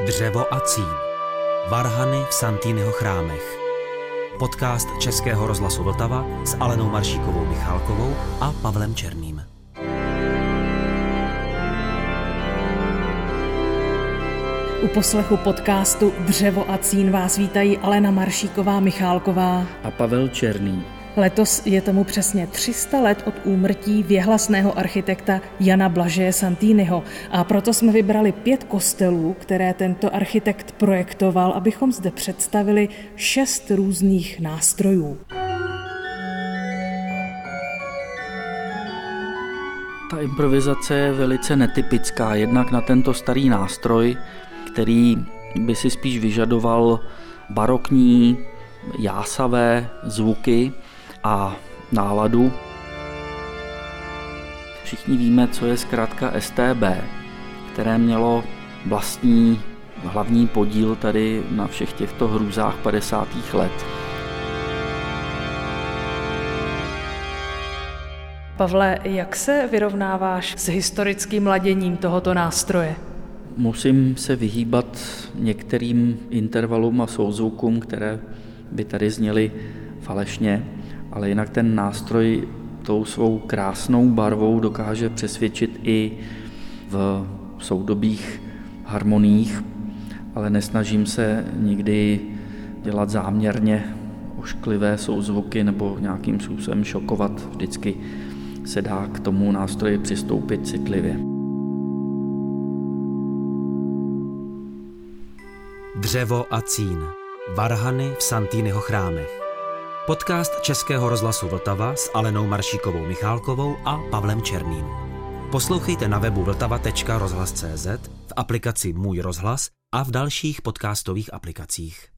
Dřevo a cín. Varhany v Santýnyho chrámech. Podcast Českého rozhlasu Vltava s Alenou Maršíkovou Michálkovou a Pavlem Černým. U poslechu podcastu Dřevo a cín vás vítají Alena Maršíková Michálková a Pavel Černý. Letos je tomu přesně 300 let od úmrtí věhlasného architekta Jana Blažeje Santýnyho a proto jsme vybrali 5 kostelů, které tento architekt projektoval, abychom zde představili 6 různých nástrojů. Ta improvizace je velice netypická, jednak na tento starý nástroj, který by si spíš vyžadoval barokní, jásavé zvuky a náladu. Všichni víme, co je zkrátka STB, které mělo vlastní hlavní podíl tady na všech těchto hrůzách 50. let. Pavle, jak se vyrovnáváš s historickým laděním tohoto nástroje? Musím se vyhýbat některým intervalům a souzvukům, které by tady zněly falešně, ale jinak ten nástroj tou svou krásnou barvou dokáže přesvědčit i v soudobých harmoniích, ale nesnažím se nikdy dělat záměrně ošklivé souzvuky nebo nějakým způsobem šokovat. Vždycky se dá k tomu nástroji přistoupit citlivě. Dřevo a cín. Varhany v Santýnyho chrámech. Podcast Českého rozhlasu Vltava s Alenou Maršíkovou Michálkovou a Pavlem Černým. Poslouchejte na webu vltava.rozhlas.cz, v aplikaci Můj rozhlas a v dalších podcastových aplikacích.